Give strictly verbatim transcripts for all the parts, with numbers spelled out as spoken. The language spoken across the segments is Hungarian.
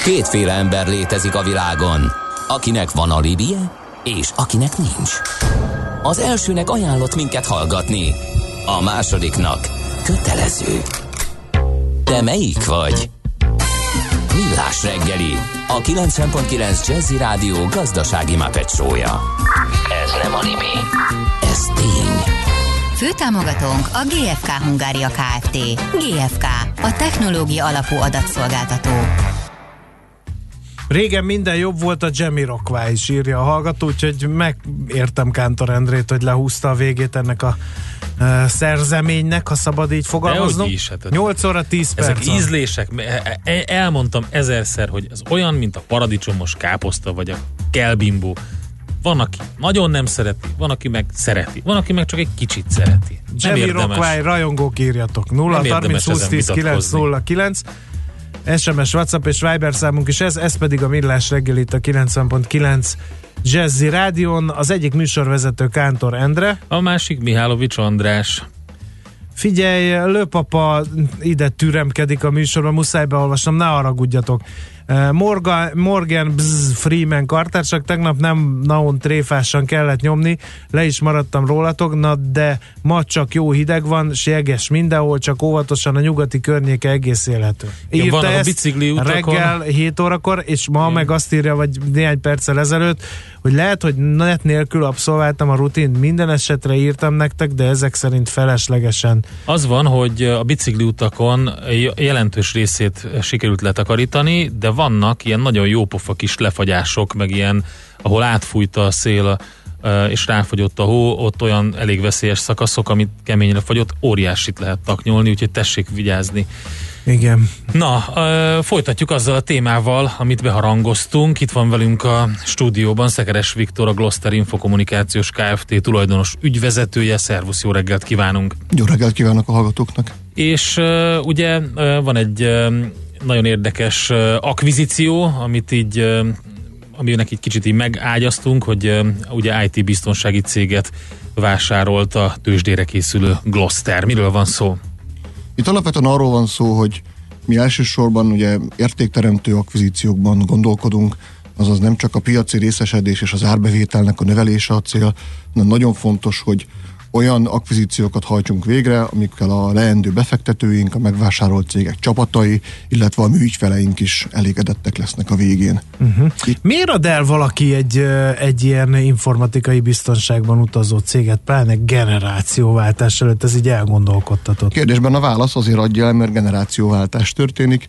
Kétféle ember létezik a világon, akinek van alibije, és akinek nincs. Az elsőnek ajánlott minket hallgatni, a másodiknak kötelező. Te melyik vagy? Millás reggeli, a kilencven pont kilenc Jazzy Rádió gazdasági Muppet show-ja. Ez nem anime, ez tény. Főtámogatónk a gé ef ká Hungária Kft. gé ef ká, a technológia alapú adatszolgáltató. Régen minden jobb volt, a Jamiroquai is írja a hallgató, úgyhogy megértem Kántor Endrét, hogy lehúzta a végét ennek a uh, szerzeménynek, ha szabad így fogalmaznom. Hát nyolc óra tíz perc. Ezek ízlések, elmondtam ezerszer, hogy az olyan, mint a paradicsomos káposzta, vagy a kelbimbó. Van, aki nagyon nem szereti, van, aki meg szereti, van, aki meg csak egy kicsit szereti. Jamiroquai rajongók, írjatok. nulla harminc húsz tíz kilenc nulla kilenc es em es, WhatsApp és Viber számunk is ez, ez pedig a Millás reggel itt a kilencven pont kilenc Jazzy Rádión. Az egyik műsorvezető Kántor Endre, a másik Mihálovics András. Figyelj, Lőpapa ide türemkedik a műsorban, muszáj beolvasnom, ne haragudjatok. Morgan, Morgan bzz, Freeman kartársak, tegnap nem naon tréfásan kellett nyomni, le is maradtam rólatok, na de ma csak jó hideg van, s jeges mindenhol, csak óvatosan a nyugati környéke egész élhető. Írta van ezt a bicikli utakon reggel hét órakor, és ma igen, meg azt írja, vagy néhány perccel ezelőtt, hogy lehet, hogy net nélkül abszolváltam a rutint, minden esetre írtam nektek, de ezek szerint feleslegesen. Az van, hogy a bicikli utakon jelentős részét sikerült letakarítani, de vannak ilyen nagyon jópofa kis lefagyások, meg ilyen, ahol átfújta a szél és ráfagyott a hó, ott olyan elég veszélyes szakaszok, amit keményre fagyott, óriásit lehet taknyolni, úgyhogy tessék vigyázni. Igen. Na, folytatjuk azzal a témával, amit beharangoztunk. Itt van velünk a stúdióban Szekeres Viktor, a Gloster Infokommunikációs Kft. Tulajdonos ügyvezetője. Szervusz, jó reggelt kívánunk! Jó reggelt kívánok a hallgatóknak! És uh, ugye uh, van egy uh, nagyon érdekes uh, akvizíció, amit így, uh, aminek egy kicsit így megágyaztunk, hogy uh, ugye i té biztonsági céget vásárolt a tőzsdére készülő Gloster. Miről van szó? Itt alapvetően arról van szó, hogy mi elsősorban ugye értékteremtő akvizíciókban gondolkodunk, azaz nem csak a piaci részesedés és az árbevételnek a növelése a cél, hanem nagyon fontos, hogy olyan akvizíciókat hajtsunk végre, amikkel a leendő befektetőink, a megvásárolt cégek csapatai, illetve a mi ügyfeleink is elégedettek lesznek a végén. Uh-huh. Miért ad el valaki egy, egy ilyen informatikai biztonságban utazó céget, pláne generációváltás előtt? Ez így elgondolkodtatott. Kérdésben a válasz azért adja el, mert generációváltás történik.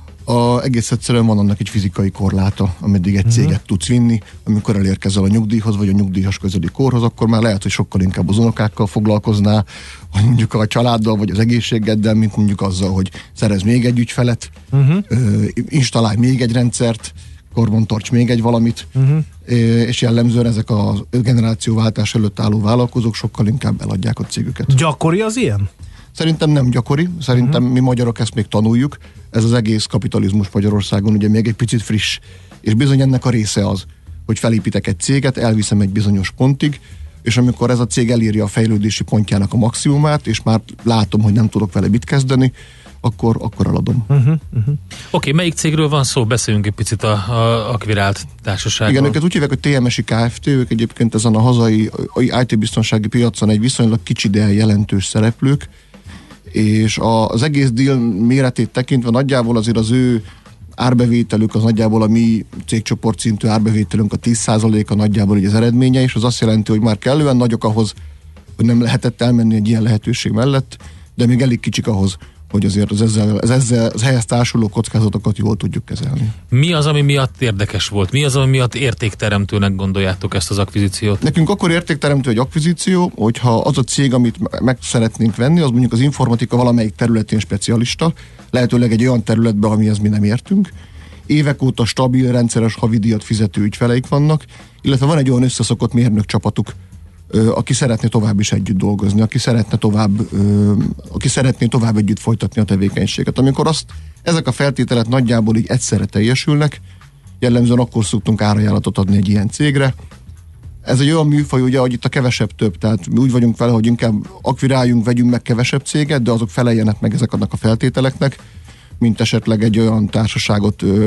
A, egész egyszerűen van annak egy fizikai korláta, ameddig egy céget uh-huh. tudsz vinni. Amikor elérkezel a nyugdíjhoz, vagy a nyugdíjas közeli korhoz, akkor már lehet, hogy sokkal inkább az unokákkal foglalkoznál, vagy mondjuk a családdal, vagy az egészségeddel, mint mondjuk azzal, hogy szerez még egy ügyfelet, uh-huh. ö, installálj még egy rendszert, korban tarts még egy valamit, uh-huh. és jellemzően ezek a generációváltás előtt álló vállalkozók sokkal inkább eladják a cégüket. Gyakori az ilyen? Szerintem nem gyakori, szerintem uh-huh. mi magyarok ezt még tanuljuk. Ez az egész kapitalizmus Magyarországon ugye még egy picit friss, és bizony ennek a része az, hogy felépítek egy céget, elviszem egy bizonyos pontig, és amikor ez a cég elírja a fejlődési pontjának a maximumát, és már látom, hogy nem tudok vele mit kezdeni, akkor, akkor eladom. Uh-huh, uh-huh. Oké, okay, melyik cégről van szó? Beszéljünk egy picit a, a akvirált társaságról. Igen, őket úgy hívják, hogy té em es i Kft. Ők egyébként ezen a hazai i té biztonsági piacon egy viszonylag kicsi, de jelentős szereplők, és az egész deal méretét tekintve nagyjából azért az ő árbevételük, az nagyjából a mi cégcsoport szintű árbevételünk a tíz százaléka nagyjából így az eredménye, és az azt jelenti, hogy már kellően nagyok ahhoz, hogy nem lehetett elmenni egy ilyen lehetőség mellett, de még elég kicsik ahhoz, hogy azért az ezzel, az ezzel az helyez társuló kockázatokat jól tudjuk kezelni. Mi az, ami miatt érdekes volt? Mi az, ami miatt értékteremtőnek gondoljátok ezt az akvizíciót? Nekünk akkor értékteremtő egy akvizíció, hogyha az a cég, amit meg szeretnénk venni, az mondjuk az informatika valamelyik területén specialista, lehetőleg egy olyan területben, amihez mi nem értünk. Évek óta stabil, rendszeres havidíjat fizető ügyfeleik vannak, illetve van egy olyan összeszokott mérnök csapatuk, aki szeretné tovább is együtt dolgozni, aki szeretne tovább, aki szeretné tovább együtt folytatni a tevékenységet. Amikor azt, ezek a feltételek nagyjából így egyszerre teljesülnek, jellemzően akkor szoktunk árajánlatot adni egy ilyen cégre. Ez egy olyan műfaj, ugye, hogy itt a kevesebb több, tehát mi úgy vagyunk vele, hogy inkább akviráljunk, vegyünk meg kevesebb céget, de azok feleljenek meg ezeknek a feltételeknek, mint esetleg egy olyan társaságot ö,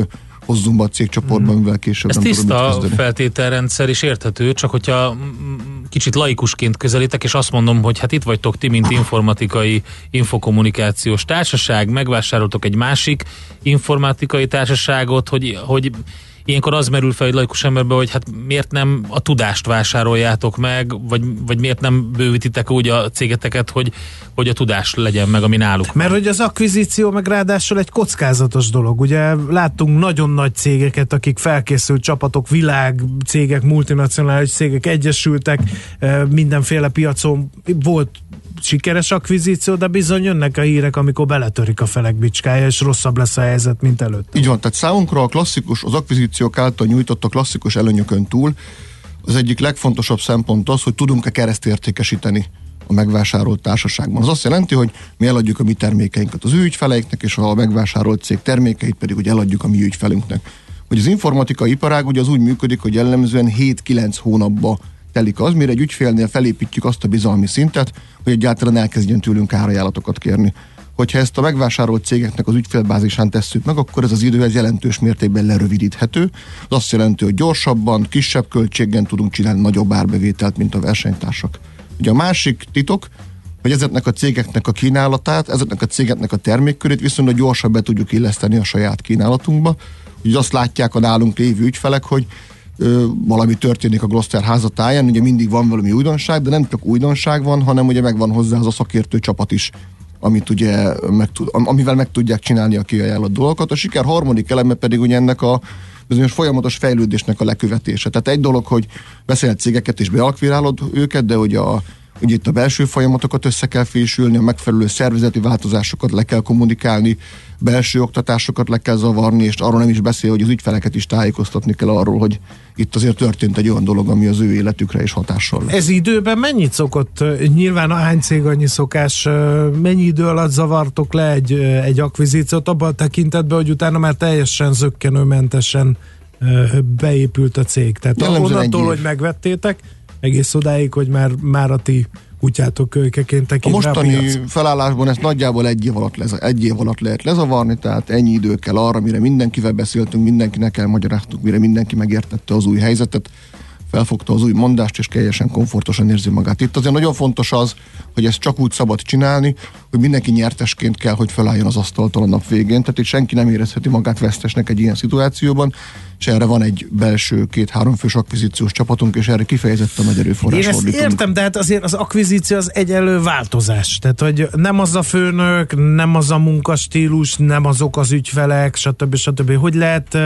hozzunk be a cégcsoportban, mivel később ez nem tudom mit tiszta kezdeni. feltételrendszer és érthető, csak hogyha kicsit laikusként közelítek, és azt mondom, hogy hát itt vagytok ti, mint informatikai, infokommunikációs társaság, megvásároltok egy másik informatikai társaságot, hogy, hogy ilyenkor az merül fel egy laikus emberbe, hogy hát miért nem a tudást vásároljátok meg, vagy, vagy miért nem bővítitek úgy a cégeteket, hogy, hogy a tudás legyen meg, ami náluk. Mert hogy az akvizíció meg ráadásul egy kockázatos dolog. Ugye láttunk nagyon nagy cégeket, akik felkészült csapatok, világ cégek, multinacionális cégek egyesültek, mindenféle piacon volt sikeres akvizíció, de bizony jönnek a hírek, amikor beletörik a felek bicskája, és rosszabb lesz a helyzet, mint előtt. Így van, tehát számunkra a klasszikus, az akvizíciók által nyújtott a klasszikus előnyökön túl az egyik legfontosabb szempont az, hogy tudunk-e keresztértékesíteni a megvásárolt társaságban. Az azt jelenti, hogy mi eladjuk a mi termékeinket az ő ügyfeleiknek, és a megvásárolt cég termékeit pedig hogy eladjuk a mi ügyfelünknek. Hogy az informatikai iparág ugye az úgy működik, hogy jellemzően hét-kilenc hónapba telik az, mire egy ügyfélnél felépítjük azt a bizalmi szintet, hogy egyáltalán elkezdjen tőlünk árajánlatokat kérni. Hogyha ezt a megvásárolt cégeknek az ügyfélbázisán tesszük meg, akkor ez az idő ez jelentős mértékben lerövidíthető. Az azt jelenti, hogy gyorsabban, kisebb költségen tudunk csinálni nagyobb árbevételt, mint a versenytársak. Ugye a másik titok, hogy ezeknek a cégeknek a kínálatát, ezeknek a cégeknek a termékkörét viszonylag gyorsan be tudjuk illeszteni a saját kínálatunkba. Ugye azt látják a nálunk lévő ügyfelek, hogy Ö, valami történik a Gloster házatáján, ugye mindig van valami újdonság, de nem csak újdonság van, hanem ugye megvan hozzá az a szakértő csapat is, amit ugye meg tud, amivel meg tudják csinálni a kiajánlott dolgokat. A siker harmadik eleme pedig ugye ennek a bizonyos folyamatos fejlődésnek a lekövetése. Tehát egy dolog, hogy beszélt cégeket és beakvirálod őket, de hogy a Ugye itt a belső folyamatokat össze kell fésülni, a megfelelő szervezeti változásokat le kell kommunikálni, belső oktatásokat le kell zavarni, és arról nem is beszél, hogy az ügyfeleket is tájékoztatni kell arról, hogy itt azért történt egy olyan dolog, ami az ő életükre is hatással lesz. Ez időben mennyit szokott? Nyilván a hány cég annyi szokás, mennyi idő alatt zavartok le egy, egy akvizíciót abban a tekintetben, hogy utána már teljesen zökkenőmentesen beépült a cég? Tehát onnantól, hogy megvettétek, egész odáig, hogy már, már a ti kutyátok kölykeként tekint a mostani a felállásban ezt nagyjából egy év, alatt leza, egy év alatt lehet lezavarni, tehát ennyi idő kell arra, mire mindenkivel beszéltünk, mindenkinek elmagyaráztuk, mire mindenki megértette az új helyzetet, felfogta az új mondást, és teljesen komfortosan érzi magát. Itt azért nagyon fontos az, hogy ezt csak úgy szabad csinálni, hogy mindenki nyertesként kell, hogy felálljon az asztaltól a nap végén, tehát itt senki nem érezheti magát vesztesnek egy ilyen szituációban, és erre van egy belső két-három fős akvizíciós csapatunk, és erre kifejezetten nagy erőforrás Én ezt fordítunk. értem, de hát azért az akvizíció az egyelő változás. Tehát, hogy nem az a főnök, nem az a munkastílus, nem azok az ügyfelek, stb. stb. Hogy lehet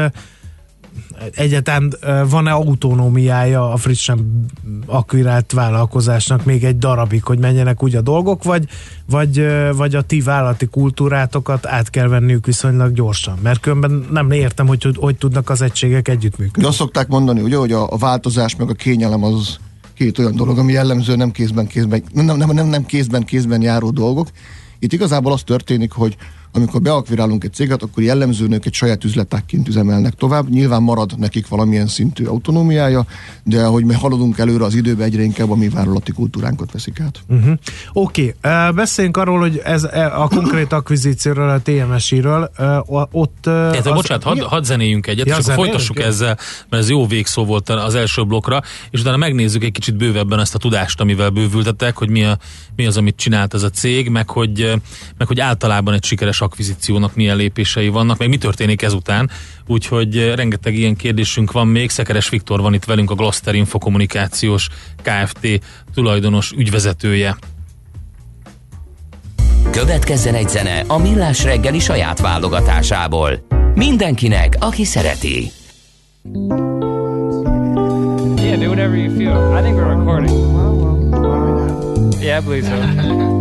egyáltalán van-e autonómiája a frissen akvirált vállalkozásnak még egy darabig, hogy menjenek úgy a dolgok, vagy, vagy, vagy a ti vállalati kultúrátokat át kell venniük viszonylag gyorsan? Mert különben nem értem, hogy hogy tudnak az egységek együttműködni. De azt szokták mondani, ugye, hogy a, a változás meg a kényelem az két olyan dolog, ami jellemző nem kézben kézben, nem, nem, nem, nem kézben kézben járó dolgok. Itt igazából az történik, hogy amikor beakvirálunk egy céget, akkor jellemzően ők egy saját üzletákként üzemelnek tovább. Nyilván marad nekik valamilyen szintű autonómiája, de ahogy mi haladunk előre az időbe, egyre inkább a mi vállalati kultúránkat veszik át. Uh-huh. Oké, okay. uh, beszéljünk arról, hogy ez a konkrét akvizícióról, a té em es i-ről, uh, ott... Uh, az... Bocsánat, hadd had zenéljünk egyet, ja, és akkor folytassuk okay. ezzel, mert ez jó végszó volt az első blokkra, és utána megnézzük egy kicsit bővebben ezt a tudást, amivel bővültetek, hogy mi, a, mi az, amit csinált ez a cég, meg hogy, meg hogy általában egy sikeres akvizíciónak milyen lépései vannak, meg mi történik ezután, úgyhogy rengeteg ilyen kérdésünk van még. Szekeres Viktor van itt velünk, a Gloster Infokommunikációs Kft. Tulajdonos ügyvezetője. Következzen egy zene a Millás reggeli saját válogatásából. Mindenkinek, aki szereti. Yeah, do whatever you feel. I think we're recording. Yeah, I believe so.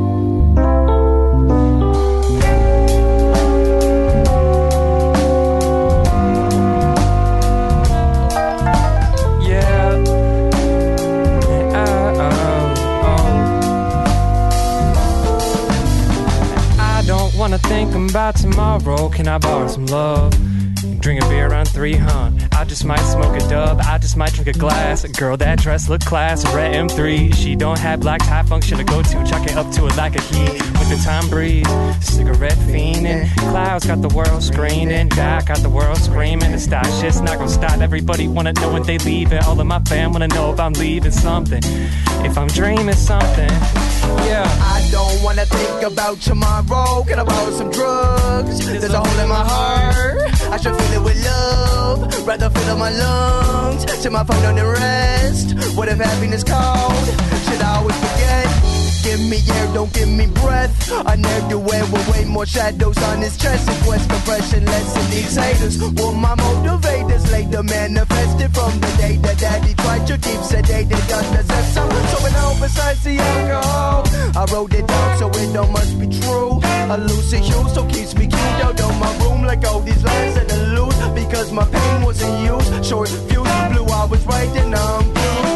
Wanna think about tomorrow. Can I borrow some love? Drink a beer around three hundred. I just might smoke a dub, I just might drink a glass. A girl that dress look class, a red M three. She don't have black tie function to go to, chuck it up to it like a heat. With the time breeze, cigarette fiending. Clouds got the world screaming, God got the world screaming. The style shit's not gonna stop, everybody wanna know when they leaving. All of my fam wanna know if I'm leaving something, if I'm dreaming something. Yeah, I don't wanna think about tomorrow. Can I borrow some drugs? There's a hole in my heart, I should fill it with love. Rather fill up my lungs, till my phone don't rest. What if happiness called? Should I always forget? Give me air, don't give me breath. A ne'er-do-well with way more shadows on his chest. It was compression, lessen these haters. Were my motivators later manifested from the day that daddy tried to keep sedated under some. So when I besides the alcohol, I wrote it down so it don't must be true. A lucid hue so keeps me cute out of my room like all these lines and a loose. Because my pain wasn't used, short fuse blue, I was right and I'm blue.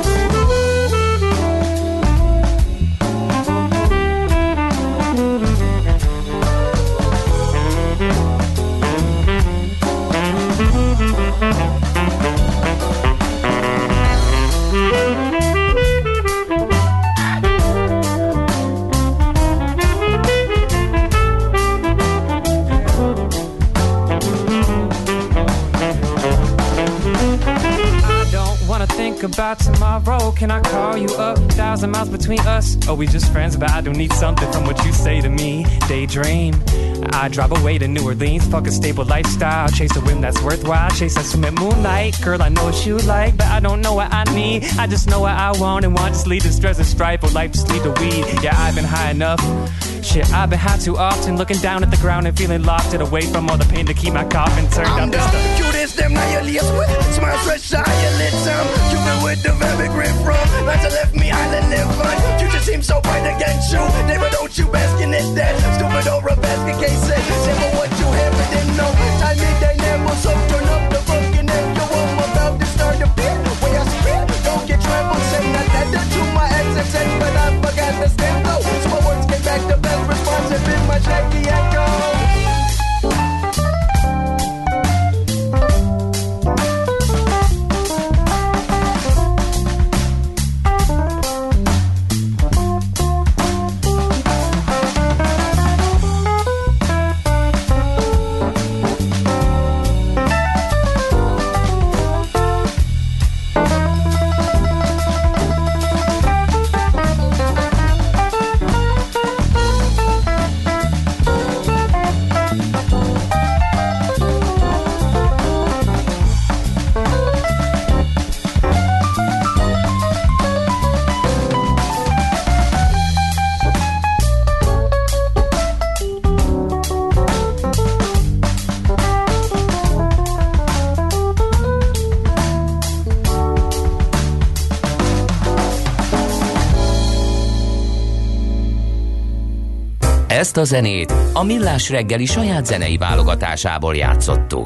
About tomorrow, can I call you up? Thousand miles between us. Oh, we just friends, but I do need something from what you say to me. Daydream, I drive away to New Orleans. Fuck a stable lifestyle, chase a whim that's worthwhile. Chase that swim at moonlight. Girl, I know what you like, but I don't know what I need. I just know what I want and want. Just lead to stress and strife, or life just lead to weed. Yeah, I've been high enough. Shit, I've been high too often, looking down at the ground and feeling locked and away from all the pain to keep my coffin turned I'm up. the cutest them nihilists with smiles fresh eyelids. I'm Cupid with the very grip from lines that left me island live on. Future seems so bright against you. Never don't you bask in it that stupid or a basket case said. Never what you have but didn't know. Time me they never so turn up the broken and you I'm about to start a beat. When I spit, don't get trampled. Send that letter to my ex and said, but I forgot to stand though. So my words came back the best response and been my shaky echo. Ezt a zenét a Millás reggeli saját zenei válogatásából játszottuk.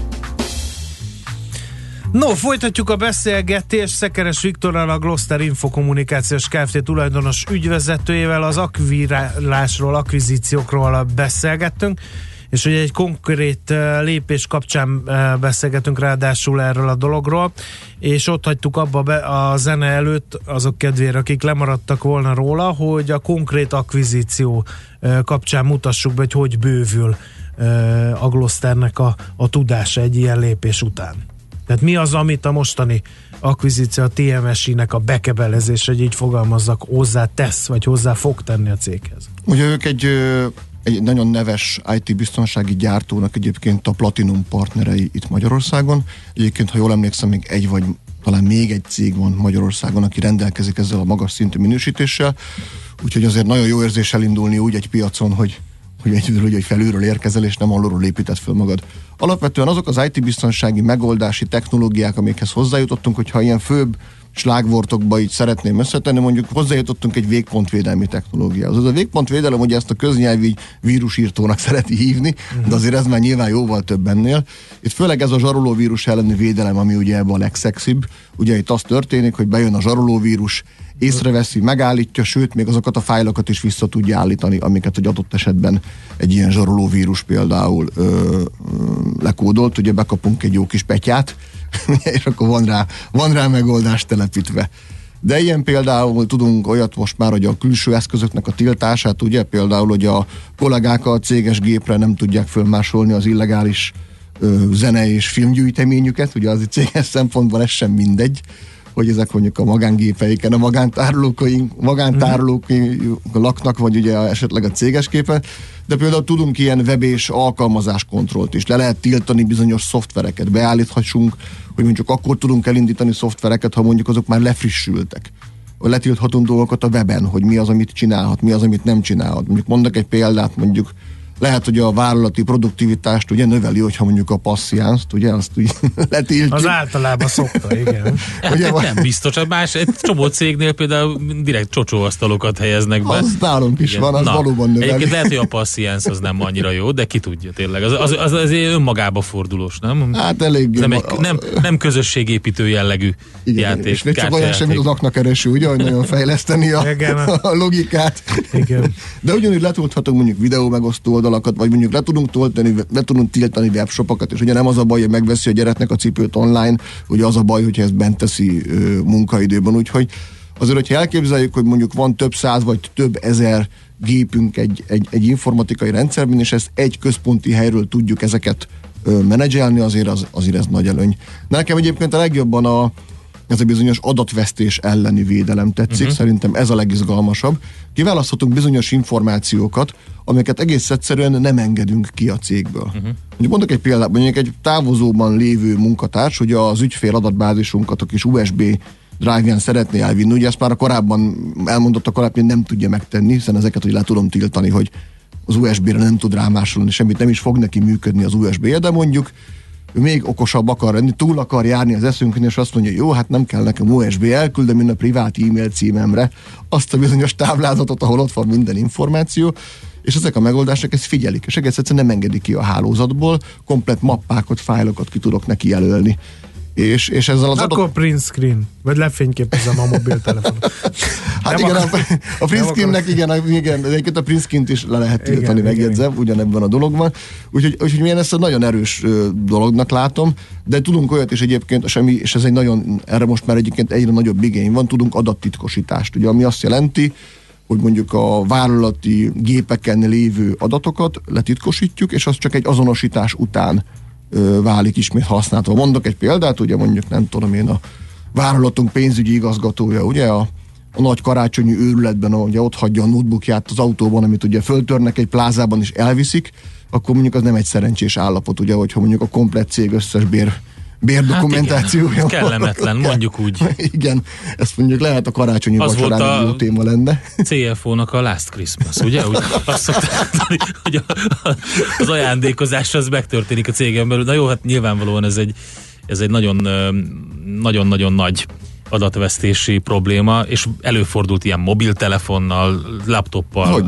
No, folytatjuk a beszélgetést Szekeres Viktorral, a Gloster Infokommunikációs Kft. Tulajdonos ügyvezetőjével. Az akvirálásról, akvizíciókról beszélgettünk, és ugye egy konkrét lépés kapcsán beszélgetünk ráadásul erről a dologról, és ott hagytuk abba be a zene előtt azok kedvére, akik lemaradtak volna róla, hogy a konkrét akvizíció kapcsán mutassuk be, hogy hogy bővül a Glosternek a, a tudása egy ilyen lépés után. Tehát mi az, amit a mostani akvizíció, a té em es i-nek a bekebelezés, hogy így fogalmazzak, hozzá tesz, vagy hozzá fog tenni a céghez? Ugye ők egy, egy nagyon neves i té biztonsági gyártónak egyébként a Platinum partnerei itt Magyarországon. Egyébként, ha jól emlékszem, még egy vagy talán még egy cég van Magyarországon, aki rendelkezik ezzel a magas szintű minősítéssel. Úgyhogy azért nagyon jó érzés elindulni úgy egy piacon, hogy hogy egyedül hogy felülről érkezel, és nem alulról épített föl magad. Alapvetően azok az i té biztonsági megoldási technológiák, amikhez hozzájutottunk, hogyha ilyen főbb slágvortokba így szeretném összetenni, mondjuk hozzájutottunk egy végpontvédelmi technológiához. Az a végpontvédelem, ugye ezt a köznyelvi vírusírtónak szereti hívni, de azért ez már nyilván jóval több ennél. Itt főleg ez a zsarolóvírus elleni védelem, ami ugye ebben a legszexibb. Ugye itt az történik, hogy bejön a zsarolóvírus, észreveszi, megállítja, sőt, még azokat a fájlokat is vissza tudja állítani, amiket egy adott esetben egy ilyen zsarolóvírus például ö, ö, lekódolt. Ugye bekapunk egy jó kis petyát, és akkor van rá, van rá megoldás telepítve. De ilyen például tudunk olyat most már, hogy a külső eszközöknek a tiltását, ugye például, hogy a kollégák a céges gépre nem tudják fölmásolni az illegális ö, zene és filmgyűjteményüket, ugye az céges szempontból ez sem mindegy, hogy ezek mondjuk a magángépeiken, a magántárolókaink, magántárolókaink laknak, vagy ugye esetleg a céges képen, de például tudunk ilyen web és alkalmazáskontrollt is. Le lehet tiltani bizonyos szoftvereket, beállíthassunk, hogy mondjuk akkor tudunk elindítani szoftvereket, ha mondjuk azok már lefrissültek. Letilthatunk dolgokat a weben, hogy mi az, amit csinálhat, mi az, amit nem csinálhat. Mondjuk mondok egy példát, mondjuk lehet, hogy a vállalati produktivitást ugye növeli, hogyha mondjuk a passziánzt, ugye, azt úgy letiltjuk. Az általában szokta, igen. Ugye, nem biztos, hogy más, egy csomó cégnél például direkt csocsóasztalokat helyeznek be. Az nálunk is igen. Van, az Na, valóban növeli. Egyébként lehet, hogy a passziánsz az nem annyira jó, de ki tudja tényleg. Az, az, az, az önmagába fordulós, nem? Hát elég. Nem, egy, nem, nem közösségépítő jellegű igen, játék. És még csak olyan sem, mint az aknakereső, ugye, hogy nagyon fejleszteni a, a logikát. Igen. De ugyanúgy letölthatunk mondjuk videó megosztó oldalakat, vagy mondjuk le tudunk tölteni, le tudunk tiltani webshopokat, és ugye nem az a baj, hogy megveszi a gyereknek a cipőt online, ugye az a baj, hogyha ezt bent teszi ö, munkaidőben, úgyhogy azért, hogyha elképzeljük, hogy mondjuk van több száz vagy több ezer gépünk egy, egy, egy informatikai rendszerben, és ezt egy központi helyről tudjuk ezeket ö, menedzselni, azért az, azért ez nagy előny. Nekem egyébként a legjobban a ez a bizonyos adatvesztés elleni védelem tetszik, uh-huh. Szerintem ez a legizgalmasabb. Kiválaszthatunk bizonyos információkat, amiket egész egyszerűen nem engedünk ki a cégből. Uh-huh. Mondjuk mondok egy példát, mondjuk egy távozóban lévő munkatárs, hogy az ügyfél adatbázisunkat a kis u es bé drive-ján szeretné elvinni, ugye ezt már a korábban elmondott a korábban, nem tudja megtenni, hiszen ezeket, hogy le tudom tiltani, hogy az u es bé-re nem tud rámásolni semmit, nem is fog neki működni az u es bé-je, de mondjuk ő még okosabb akar lenni, túl akar járni az eszünkön, és azt mondja, jó, hát nem kell nekem u es bé, elküldöm én a privát e-mail címemre azt a bizonyos táblázatot, ahol ott van minden információ, és ezek a megoldások ezt figyelik, és egész egyszerűen nem engedik ki a hálózatból, komplett mappákat, fájlokat ki tudok neki jelölni. És, és ezzel az Akkor adott... print screen, vagy lefényképezem a mobiltelefonot. Hát nem igen, akar... a, a print screennek igen, igen, de egyébként a print screen-t is le lehet tiltani, megjegyzem, ugyanebben a dologban. Úgyhogy, úgyhogy én ezt a nagyon erős ö, dolognak látom, de tudunk olyat is egyébként, semmi, és ez egy nagyon, erre most már egyébként egyre nagyobb igény van, tudunk adattitkosítást, ugye, ami azt jelenti, hogy mondjuk a vállalati gépeken lévő adatokat letitkosítjuk, és az csak egy azonosítás után válik ismét használható. Mondok egy példát, ugye mondjuk nem tudom én a vállalatunk pénzügyi igazgatója, ugye a, a nagy karácsonyi őrületben, ugye ott hagyja a notebookját az autóban, amit ugye föltörnek egy plázában és elviszik, akkor mondjuk az nem egy szerencsés állapot, ugye, hogyha mondjuk a komplett cég összes bér bérdokumentációja. Hát kellemetlen, mondjuk úgy. Igen, ezt mondjuk lehet a karácsonyi vacsorán egy jó téma lenne. cé ef ó-nak a Last Christmas, ugye? Úgy azt szokták mondani, hogy a, a, az ajándékozás az megtörténik a cégen belül. Na jó, hát nyilvánvalóan ez egy, ez egy nagyon, nagyon-nagyon nagy adatvesztési probléma, és előfordult ilyen mobiltelefonnal, laptoppal,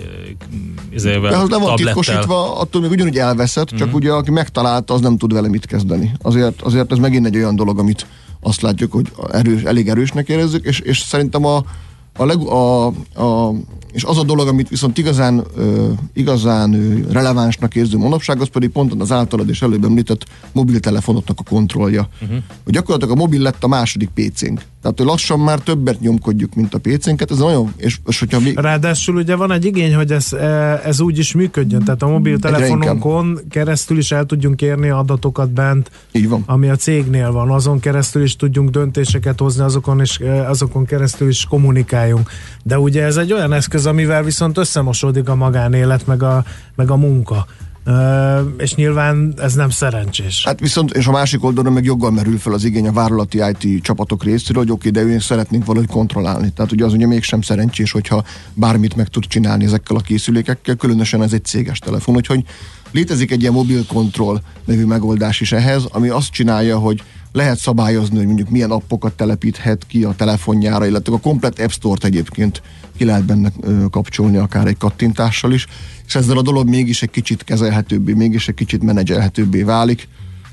ezével, de az le van titkosítva, attól még ugyanúgy elveszett, csak mm. ugye aki megtalálta, az nem tud vele mit kezdeni. Azért, azért ez megint egy olyan dolog, amit azt látjuk, hogy erős, elég erősnek érezzük, és, és szerintem a, a, leg, a, a és az a dolog, amit viszont igazán, ö, igazán ö, relevánsnak érző manapság, az pedig pont az általad és előbb említett mobiltelefonoknak a kontrollja. Uh-huh. Hogy gyakorlatilag a mobil lett a második pé cénk. Tehát, hogy lassan már többet nyomkodjuk, mint a pé cénket, ez nagyon... És, és hogyha mi... Ráadásul ugye van egy igény, hogy ez, ez úgy is működjön, tehát a mobiltelefonunkon keresztül is el tudjunk érni adatokat bent, így van, ami a cégnél van, azon keresztül is tudjunk döntéseket hozni, azokon, is, azokon keresztül is kommunikáljunk. De ugye ez egy olyan eszköz, amivel viszont összemosódik a magánélet, meg a, meg a munka. Uh, és nyilván ez nem szerencsés. Hát viszont, és a másik oldalon meg joggal merül fel az igény a vállalati i té csapatok részéről, hogy oké, de ők szeretnénk valahogy kontrollálni. Tehát ugye az ugye mégsem szerencsés, hogyha bármit meg tud csinálni ezekkel a készülékekkel, különösen ez egy céges telefon, úgyhogy létezik egy ilyen mobil control nevű megoldás is ehhez, ami azt csinálja, hogy lehet szabályozni, hogy mondjuk milyen appokat telepíthet ki a telefonjára, illetve a komplet App Store-t egyébként ki lehet benne ö, kapcsolni akár egy kattintással is, és ezzel a dolog mégis egy kicsit kezelhetőbbé, mégis egy kicsit menedzselhetőbbé válik.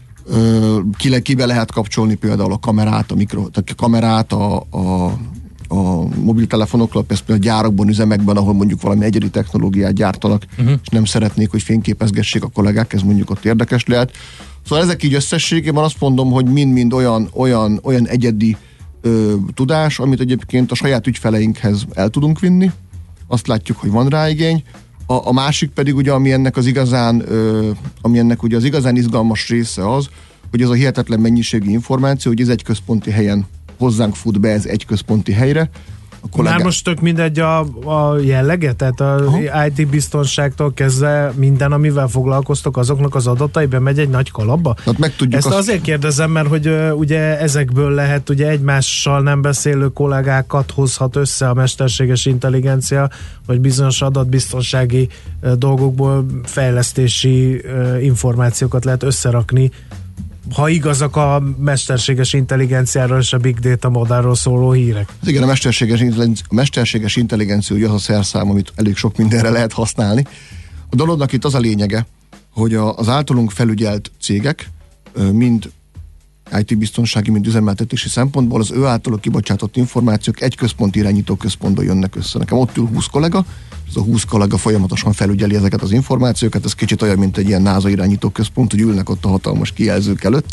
Ö, ki, kibe lehet kapcsolni például a kamerát, a, mikro, a kamerát, a, a, a mobiltelefonokról, például a gyárakban, üzemekben, ahol mondjuk valami egyedi technológiát gyártanak, uh-huh. és nem szeretnék, hogy fényképezgessék a kollégák, ez mondjuk ott érdekes lehet. Szóval ezek így összességében azt mondom, hogy mind-mind olyan, olyan, olyan egyedi ö, tudás, amit egyébként a saját ügyfeleinkhez el tudunk vinni. Azt látjuk, hogy van rá igény. A, a másik pedig ugye, ami ennek az igazán, ö, ami ennek ugye az igazán izgalmas része az, hogy ez a hihetetlen mennyiségű információ, hogy ez egy központi helyen hozzánk fut be, ez egy központi helyre. Kollégá... Már most tök mindegy a, a jellege, tehát a Aha. í té biztonságtól kezdve minden, amivel foglalkoztok, azoknak az adatai bemegy egy nagy kalapba? Hát meg tudjuk Ezt azt... azért kérdezem, mert hogy uh, ugye ezekből lehet ugye egymással nem beszélő kollégákat hozhat össze a mesterséges intelligencia, vagy bizonyos adatbiztonsági uh, dolgokból fejlesztési uh, információkat lehet összerakni, ha igazak a mesterséges intelligenciáról és a big data modellről szóló hírek. Igen, a mesterséges, a mesterséges intelligencia ugye az a szerszám, amit elég sok mindenre lehet használni. A dolognak itt az a lényege, hogy a, az általunk felügyelt cégek mind í té biztonsági, mind üzemeltetési szempontból az ő általuk kibocsátott információk egy központi irányító központból jönnek össze. Nekem ott ül húsz kollega, ez a húsz kollega folyamatosan felügyeli ezeket az információkat, ez kicsit olyan, mint egy ilyen NASA irányító központ, hogy ülnek ott a hatalmas kijelzők előtt.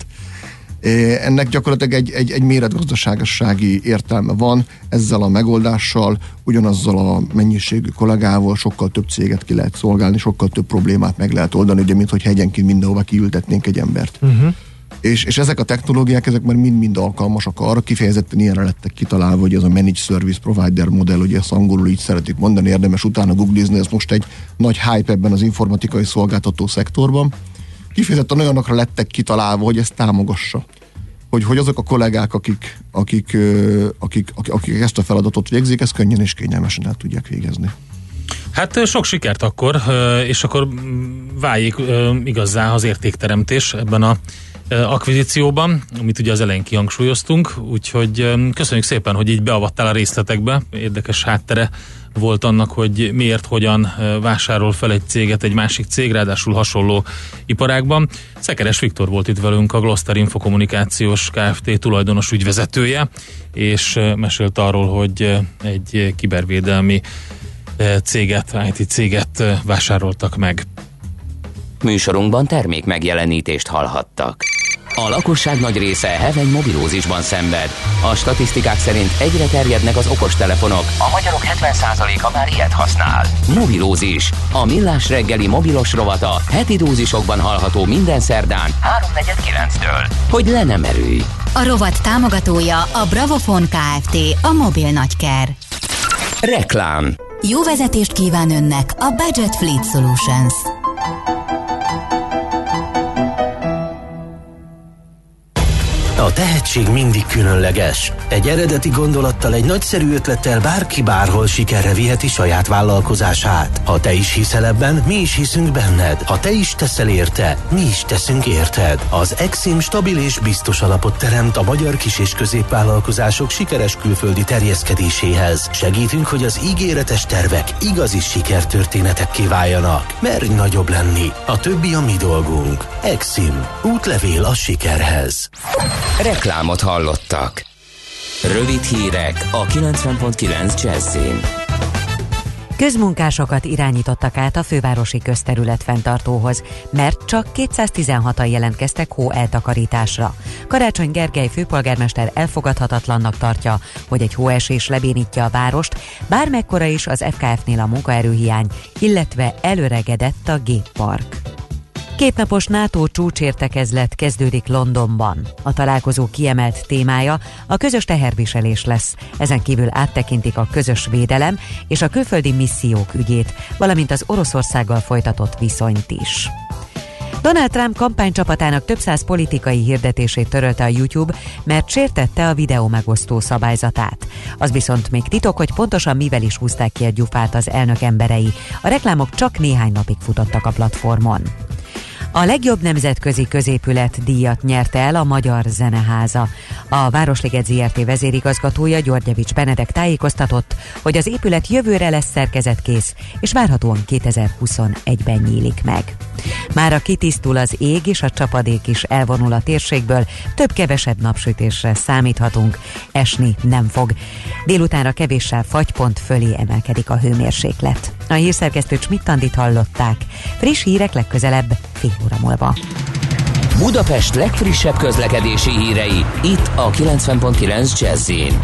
Ennek gyakorlatilag egy, egy, egy méretgazdaságossági értelme van, ezzel a megoldással, ugyanazzal a mennyiségű kollégával sokkal több céget ki lehet szolgálni, sokkal több problémát meg lehet oldani, ugye, mint hogy egyenként mindenhova kiültetnénk egy embert. Uh-huh. És, és ezek a technológiák, ezek már mind-mind alkalmasak arra, kifejezetten ilyenre lettek kitalálva, hogy ez a Managed Service Provider modell, ugye ezt angolul így szeretik mondani, érdemes utána googlizni, ez most egy nagy hype ebben az informatikai szolgáltató szektorban. Kifejezetten olyanokra lettek kitalálva, hogy ezt támogassa. Hogy, hogy azok a kollégák, akik, akik, akik, akik, akik ezt a feladatot végzik, ezt könnyen és kényelmesen el tudják végezni. Hát sok sikert akkor, és akkor váljék igazzá az értékteremtés ebben a akvizícióban, amit ugye az elején kihangsúlyoztunk, úgyhogy köszönjük szépen, hogy így beavattál a részletekbe, érdekes háttere volt annak, hogy miért, hogyan vásárol fel egy céget egy másik cég, ráadásul hasonló iparágban. Szekeres Viktor volt itt velünk, a Gloster Infokommunikációs Kft. Tulajdonos ügyvezetője, és mesélt arról, hogy egy kibervédelmi céget, í té céget vásároltak meg. Műsorunkban termék megjelenítést hallhattak. A lakosság nagy része heveny mobilózisban szenved. A statisztikák szerint egyre terjednek az okostelefonok. A magyarok hetven százaléka már ilyet használ. Mobilózis. A Millás reggeli mobilos rovata heti dózisokban hallható minden szerdán háromnegyed kilenctől. Hogy le nem erőj. A rovat támogatója a Bravofon Kft. A mobil nagyker. Reklám. Jó vezetést kíván önnek a Budget Fleet Solutions. A tehetség mindig különleges. Egy eredeti gondolattal, egy nagyszerű ötlettel bárki bárhol sikerre viheti saját vállalkozását. Ha te is hiszel ebben, mi is hiszünk benned. Ha te is teszel érte, mi is teszünk érted. Az Exim stabil és biztos alapot teremt a magyar kis- és középvállalkozások sikeres külföldi terjeszkedéséhez. Segítünk, hogy az ígéretes tervek igazi sikertörténetekké váljanak. Merj nagyobb lenni. A többi a mi dolgunk. Exim. Útlevél a sikerhez. Reklámot hallottak. Rövid hírek a kilencven pont kilenc Jazzin. Közmunkásokat irányítottak át a fővárosi közterület fenntartóhoz, mert csak kétszáztizenhatan jelentkeztek hó eltakarításra. Karácsony Gergely főpolgármester elfogadhatatlannak tartja, hogy egy hóesés lebénítja a várost, bármekkora is az ef ká ef-nél a munkaerőhiány, illetve előregedett a géppark. Kétnapos NATO csúcsértekezlet kezdődik Londonban. A találkozó kiemelt témája a közös teherviselés lesz. Ezen kívül áttekintik a közös védelem és a külföldi missziók ügyét, valamint az Oroszországgal folytatott viszonyt is. Donald Trump kampánycsapatának több száz politikai hirdetését törölte a YouTube, mert sértette a videó megosztó szabályzatát. Az viszont még titok, hogy pontosan mivel is húzták ki a gyufát az elnök emberei. A reklámok csak néhány napig futottak a platformon. A legjobb nemzetközi középület díjat nyerte el a Magyar Zeneháza. A Városliget zé er té vezérigazgatója Györgyevics Benedek tájékoztatott, hogy az épület jövőre lesz szerkezetkész, és várhatóan kétezer-huszonegyben nyílik meg. Mára kitisztul az ég, és a csapadék is elvonul a térségből, több-kevesebb napsütésre számíthatunk, esni nem fog. Délutánra kevéssel fagypont fölé emelkedik a hőmérséklet. A hírszerkesztő Schmidt-Andit hallották. Friss hírek legközelebb fél óra múlva. Budapest legfrissebb közlekedési hírei, itt a kilencven pont kilenc Jazz-in.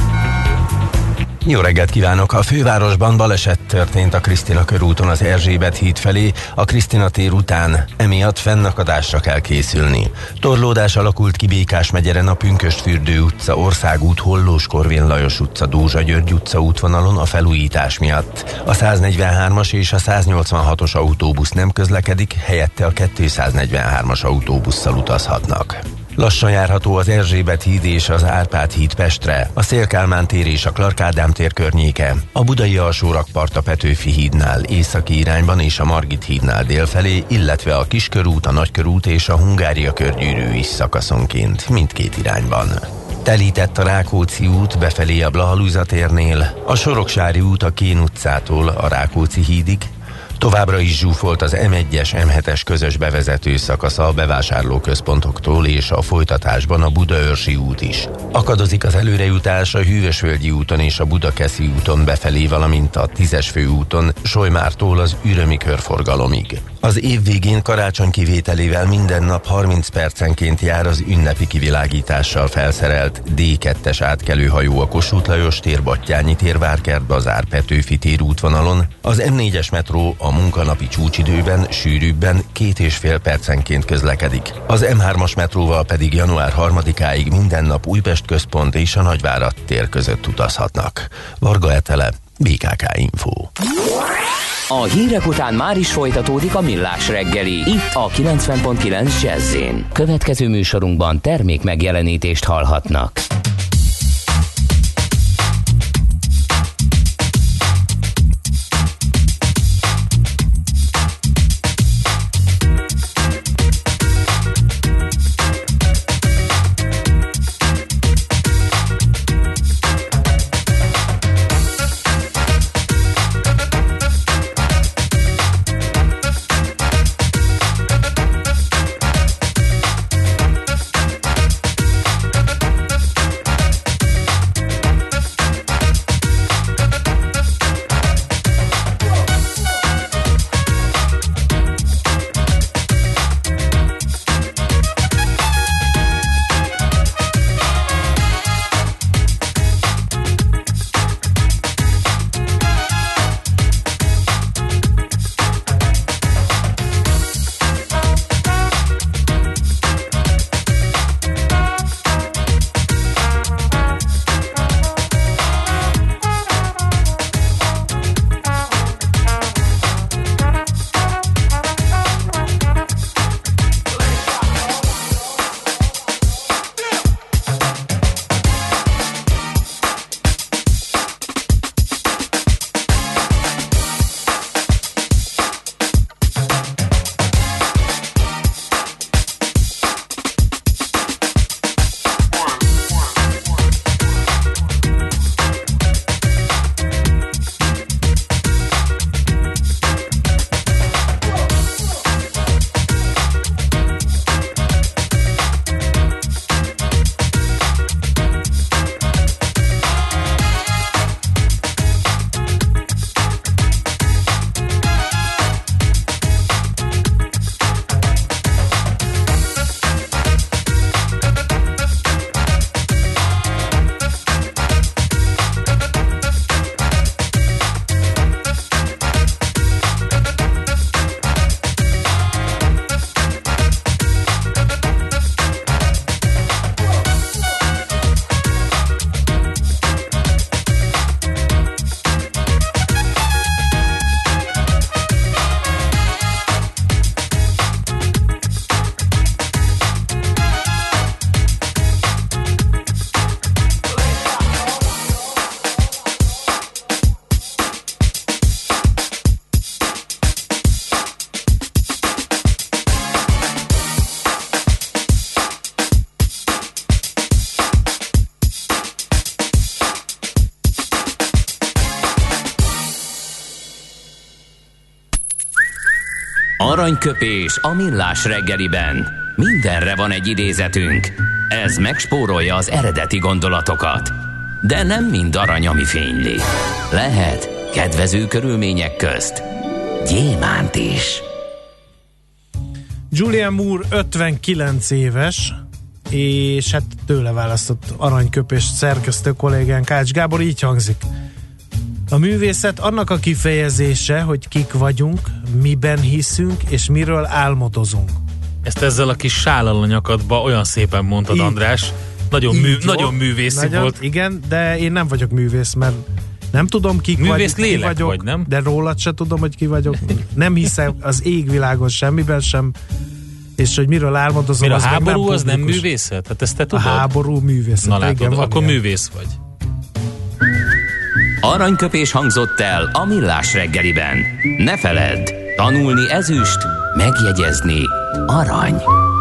Jó reggelt kívánok! A fővárosban baleset történt a Krisztina körúton az Erzsébet híd felé, a Krisztina tér után. Emiatt fennakadásra kell készülni. Torlódás alakult ki Békás megyeren a Pünkösdfürdő utca, Országút, Hollós Korvin Lajos utca, Dózsa György utca útvonalon a felújítás miatt. A száznegyvenhármas és a száznyolcvanhatos autóbusz nem közlekedik, helyette a kétszáznegyvenhármas autóbusszal utazhatnak. Lassan járható az Erzsébet híd és az Árpád híd Pestre, a Széll-Kálmán tér és a Clark Ádám tér környéke, a budai alsórakpart a Petőfi hídnál északi irányban és a Margit hídnál délfelé, illetve a Kiskörút, a Nagykörút és a Hungária körgyűrű is szakaszonként, mindkét irányban. Telített a Rákóczi út befelé a Blahalúza térnél, a Soroksári út a Kén utcától a Rákóczi hídig, továbbra is zsúfolt az em egyes em hetes közös bevezető szakasza a bevásárlóközpontoktól és a folytatásban a Budaörsi út is. Akadozik az előrejutás a Hűvösvölgyi úton és a Budakeszi úton befelé, valamint a tízes főúton Solymártól az Ürömi körforgalomig. Az év végén karácsony kivételével minden nap harminc percenként jár az ünnepi kivilágítással felszerelt dé kettes átkelőhajó a Kossuth Lajos tér, Battyányi tér, Várkert bazár, Petőfi tér útvonalon, az em négyes metró a munkanapi csúcsidőben sűrűbben két és fél percenként közlekedik. Az em hármas metróval pedig január harmadikáig minden nap Újpest központ és a Nagyvárad tér között utazhatnak. Varga Etele, bé ká ká Info. A hírek után már is folytatódik a Millás reggeli, itt a kilencven pont kilenc Jazz-in. Következő műsorunkban termék megjelenítést hallhatnak. Aranyköpés a Millás reggeliben. Mindenre van egy idézetünk. Ez megspórolja az eredeti gondolatokat. De nem mind arany, ami fényli. Lehet kedvező körülmények közt gyémánt is. Julianne Moore ötvenkilenc éves, és hát tőle választott aranyköpést szerkesztő kollégánk Ács Gábor így hangzik. A művészet annak a kifejezése, hogy kik vagyunk, miben hiszünk, és miről álmodozunk. Ezt ezzel a kis sállal a nyakadba olyan szépen mondtad, így, András. Nagyon, mű, nagyon művészi nagyon, volt. Igen, de én nem vagyok művész, mert nem tudom, kik művész vagy, ki vagyok, vagy, nem? De rólad se tudom, hogy ki vagyok. Nem hiszem az égvilágon semmiben sem, és hogy miről álmodozom, Mire az a háború nem az nem művészet? Hát ezt te tudod? A háború művészet. Na látod, igen, akkor ilyen. művész vagy. Aranyköpés hangzott el a Millás reggeliben. Ne feledd, tanulni ezüst, megjegyezni arany.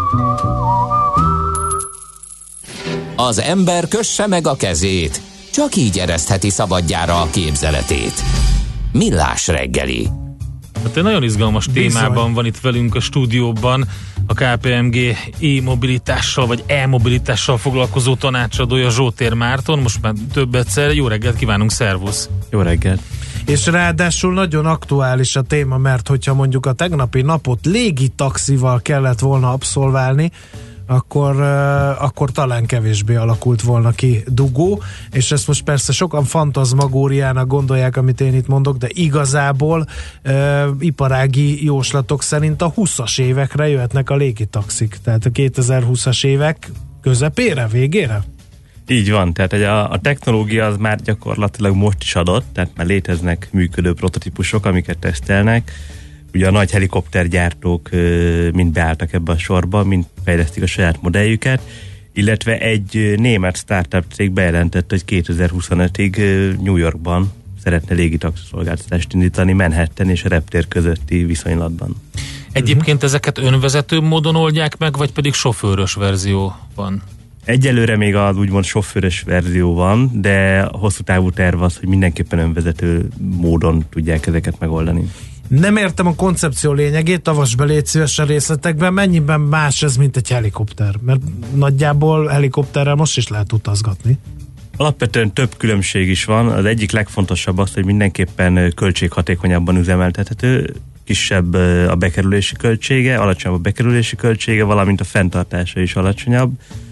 Az ember kösse meg a kezét, csak így eresztheti szabadjára a képzeletét. Millás reggeli. Hát egy nagyon izgalmas Bizony. témában van itt velünk a stúdióban a ká pé em gé e-mobilitással vagy e-mobilitással foglalkozó tanácsadója Zsótér Márton. Most már több egyszer. Jó reggelt kívánunk, szervusz! Jó reggelt! És ráadásul nagyon aktuális a téma, mert hogyha mondjuk a tegnapi napot légitaxival kellett volna abszolválni, akkor, uh, akkor talán kevésbé alakult volna ki dugó, és ezt most persze sokan fantazmagóriának gondolják, amit én itt mondok, de igazából uh, iparági jóslatok szerint a huszas évekre jöhetnek a légitaxik, tehát a kétezer-húszas évek közepére, végére? Így van, tehát a, a technológia az már gyakorlatilag most is adott, tehát már léteznek működő prototípusok, amiket tesztelnek. Ugye a nagy helikoptergyártók mind beálltak ebbe a sorba, mind fejlesztik a saját modelljüket, illetve egy német startup cég bejelentette, hogy kétezer-huszonötig New Yorkban szeretne légitaxi szolgáltatást indítani Manhattan és a reptér közötti viszonylatban. Egyébként ezeket önvezető módon oldják meg, vagy pedig sofőrös verzió van? Egyelőre még az úgymond sofőrös verzió van, de a hosszú távú terv az, hogy mindenképpen önvezető módon tudják ezeket megoldani. Nem értem a koncepció lényegét, tavass be, légy szívesen részletekben, mennyiben más ez, mint egy helikopter? Mert nagyjából helikopterrel most is lehet utazgatni. Alapvetően több különbség is van. Az egyik legfontosabb az, hogy mindenképpen költséghatékonyabban üzemeltethető, kisebb a bekerülési költsége, alacsonyabb a bekerülési költsége, valamint a fenntartása is alacsonyabb.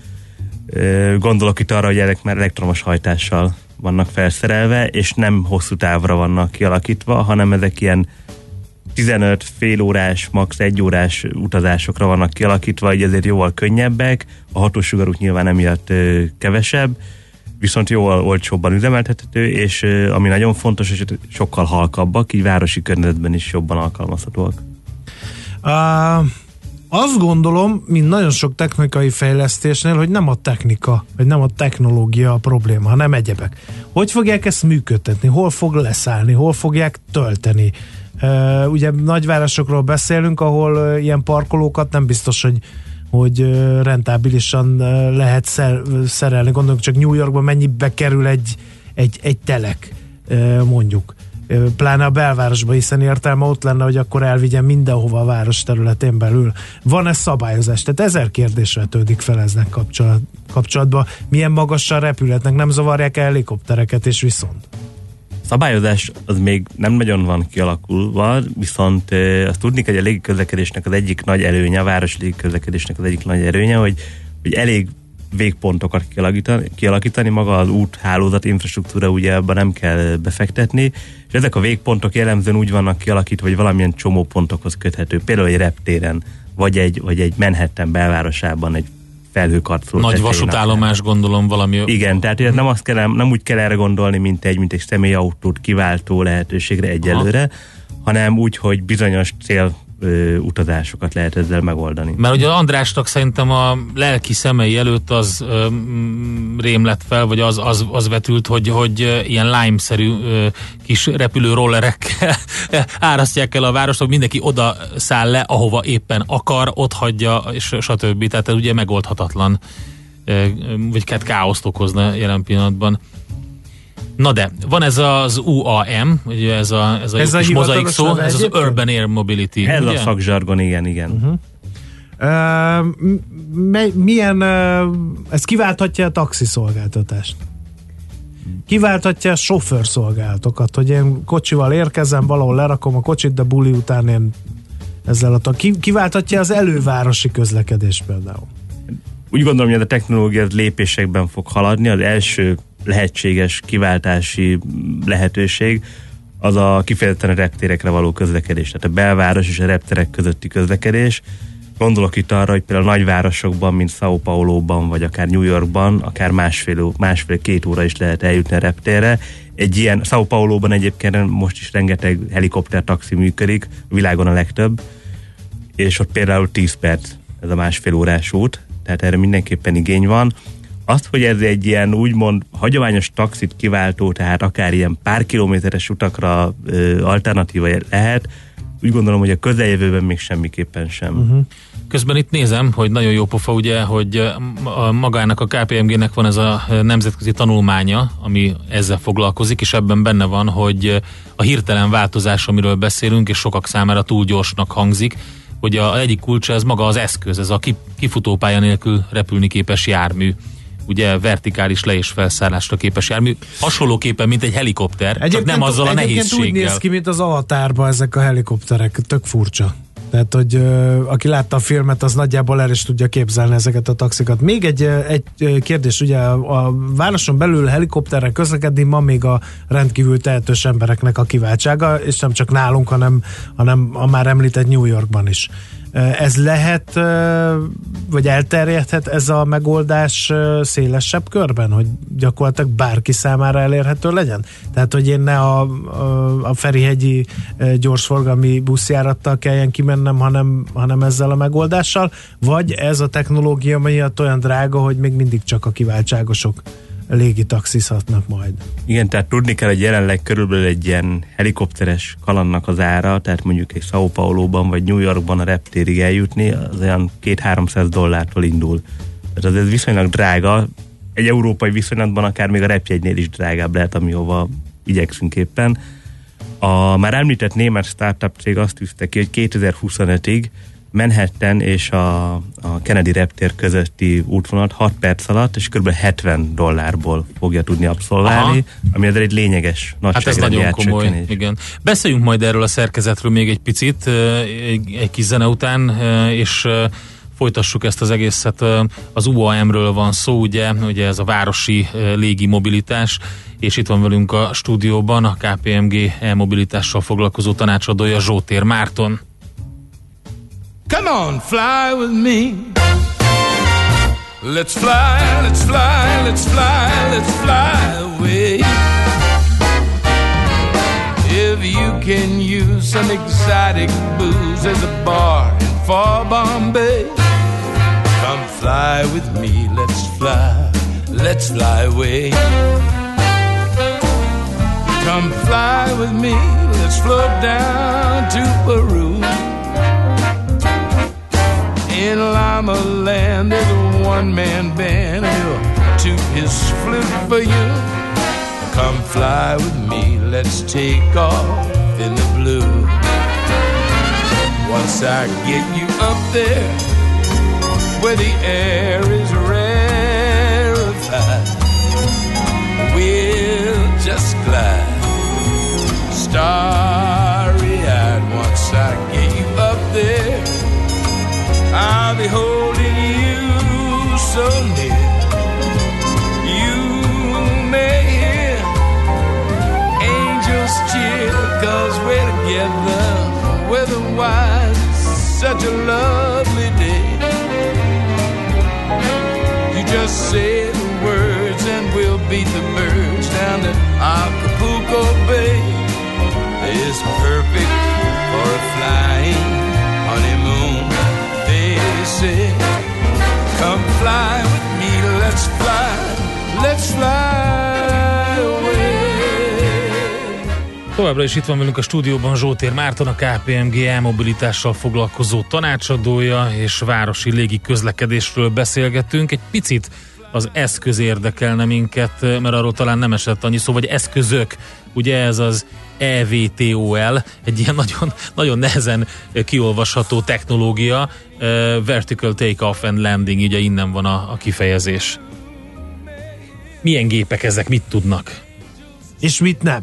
Gondolok itt arra, hogy ezek már elektromos hajtással vannak felszerelve, és nem hosszú távra vannak kialakítva, hanem ezek ilyen tizenöt fél órás, max. egy órás utazásokra vannak kialakítva, így ezért jóval könnyebbek, a hatósugaruk nyilván emiatt ö, kevesebb, viszont jóval olcsóbban üzemeltethető, és ö, ami nagyon fontos, hogy sokkal halkabbak, így városi környezetben is jobban alkalmazhatóak. Uh, azt gondolom, mint nagyon sok technikai fejlesztésnél, hogy nem a technika, vagy nem a technológia a probléma, hanem egyebek. Hogy fogják ezt működtetni? Hol fog leszállni? Hol fogják tölteni? Uh, ugye nagyvárosokról beszélünk, ahol uh, ilyen parkolókat nem biztos, hogy, hogy uh, rentábilisan uh, lehet szer, uh, szerelni. Gondoljuk csak New Yorkban mennyibe kerül egy, egy, egy telek, uh, mondjuk. Uh, pláne a belvárosban, hiszen értelme ott lenne, hogy akkor elvigyen mindenhova a város területén belül. Van-e szabályozás? Tehát ezer kérdés vetődik fel eznek kapcsolat, kapcsolatban. Milyen magassal repülhetnek? Nem zavarják el helikoptereket, és viszont? Szabályozás az még nem nagyon van kialakulva, viszont e, azt tudni kell, hogy a légiközlekedésnek az egyik nagy előnye, a városi légiközlekedésnek az egyik nagy előnye, hogy, hogy elég végpontokat kialakítani, kialakítani, maga az úthálózat, infrastruktúra ugye ebben nem kell befektetni, és ezek a végpontok jellemzően úgy vannak kialakítva, hogy valamilyen csomópontokhoz köthető, például egy reptéren, vagy egy, vagy egy Manhattan belvárosában, egy felhőkarcoló. Nagy vasútállomás, gondolom valami. Igen, tehát hmm. nem, azt kell, nem úgy kell erre gondolni, mint egy, mint egy személyautót kiváltó lehetőségre egyelőre, aha, hanem úgy, hogy bizonyos cél ö, utazásokat lehet ezzel megoldani. Mert ugye Andrásnak szerintem a lelki szemei előtt az ö, rém lett fel, vagy az, az, az vetült, hogy, hogy ilyen Lime-szerű ö, kis repülő rollerekkel árasztják el a várost, hogy mindenki oda száll le, ahova éppen akar, ott hagyja, és stb. Tehát ez ugye megoldhatatlan, ö, vagy hát káoszt okozna jelen pillanatban. Na de, van ez az u á em, ugye ez a, ez a, ez a kis mozaik szó, ez az Urban Air Mobility. Ez ugye? A szakzsargon, igen, igen. Uh-huh. Uh, milyen, uh, ez kiválthatja a taxiszolgáltatást? Kiválthatja a sofőrszolgálatokat, hogy én kocsival érkezem, valahol lerakom a kocsit, de buli után én ezzel a ki, kiválthatja az elővárosi közlekedés például? Úgy gondolom, hogy ez a technológia lépésekben fog haladni. Az első lehetséges kiváltási lehetőség az a kifejezetten a reptérekre való közlekedés, tehát a belváros és a repterek közötti közlekedés. Gondolok itt arra, hogy például a nagyvárosokban, mint São Pauloban, vagy akár New Yorkban, akár másfél, másfél-két óra is lehet eljutni a reptérre. Egy ilyen, São Pauloban egyébként most is rengeteg helikoptertaxi működik, a világon a legtöbb, és ott például tíz perc ez a másfél órás út, tehát erre mindenképpen igény van. Azt, hogy ez egy ilyen úgymond hagyományos taxit kiváltó, tehát akár ilyen pár kilométeres utakra ö, alternatíva lehet, úgy gondolom, hogy a közeljövőben még semmiképpen sem. Uh-huh. Közben itt nézem, hogy nagyon jó pofa ugye, hogy a magának a ká pé em gének van ez a nemzetközi tanulmánya, ami ezzel foglalkozik, és ebben benne van, hogy a hirtelen változás, amiről beszélünk, és sokak számára túl gyorsnak hangzik, hogy a egyik kulcsa ez maga az eszköz, ez a kifutópálya nélkül repülni képes jármű. Ugye vertikális le- és felszállásra képes jármű. Hasonlóképpen, mint egy helikopter, egyébként csak nem azzal a nehézséggel. Egyébként úgy néz ki, mint az Avatarban ezek a helikopterek. Tök furcsa. Tehát, hogy ö, aki látta a filmet, az nagyjából el is tudja képzelni ezeket a taxikat. Még egy, egy kérdés, ugye a, a városon belül helikopterrel közlekedni ma még a rendkívül tehetős embereknek a kiváltsága, és nem csak nálunk, hanem, hanem a már említett New Yorkban is. Ez lehet, vagy elterjedhet ez a megoldás szélesebb körben, hogy gyakorlatilag bárki számára elérhető legyen? Tehát, hogy én ne a, a, a Ferihegyi gyorsforgalmi buszjárattal kelljen kimennem, hanem, hanem ezzel a megoldással, vagy ez a technológia miatt olyan drága, hogy még mindig csak a kiváltságosok légitaxizhatnak majd. Igen, tehát tudni kell, hogy jelenleg körülbelül egy ilyen helikopteres kalandnak az ára, tehát mondjuk egy São Pauloban vagy New Yorkban a reptérig eljutni, az olyan két-háromszáz dollártól indul. Tehát ez viszonylag drága, egy európai viszonylatban akár még a repjegynél is drágább lehet, amihova igyekszünk éppen. A már említett német startup cég azt tűzte ki, hogy kétezer-huszonötig Manhattan és a, a Kennedy reptér közötti útvonalat hat perc alatt és kb. hetven dollárból fogja tudni abszolválni, aha, ami azért egy lényeges nagyságrendi hát ez nagyon komoly, igen. Beszéljünk majd erről a szerkezetről még egy picit, egy, egy kis zene után, és folytassuk ezt az egészet. Az u á em-ről van szó, ugye, ugye ez a városi légi mobilitás, és itt van velünk a stúdióban a ká pé em gé e-mobilitással foglalkozó tanácsadója, Zsótér Márton. Come on, fly with me. Let's fly, let's fly, let's fly, let's fly away. If you can use some exotic booze, there's a bar in far Bombay. Come fly with me, let's fly, let's fly away. Come fly with me, let's float down to Peru. In Llama Land, there's a one-man band, and he'll toot his flute for you. Come fly with me, let's take off in the blue. Once I get you up there, where the air is rarefied, we'll just glide, starry-eyed. Once I get you up there, I'll be holding you so near. You may hear angels cheer, 'cause we're together, weather-wise, such a lovely day. You just say the words and we'll beat the birds down to Acapulco Bay. It's perfect for a flying honeymoon. Say, come fly with me, let's fly, let's fly away. Továbbra is itt van velünk a stúdióban Zsótér Márton, a ká pé em gé e-mobilitással foglalkozó tanácsadója, és városi légi közlekedésről beszélgetünk. Egy picit az eszköz érdekelne minket, mert arról talán nem esett annyi szó, vagy eszközök. Ugye ez az e vé té o el, egy ilyen nagyon, nagyon nehezen kiolvasható technológia, uh, Vertical Take-Off and Landing, ugye innen van a, a kifejezés. Milyen gépek ezek, mit tudnak? És mit nem?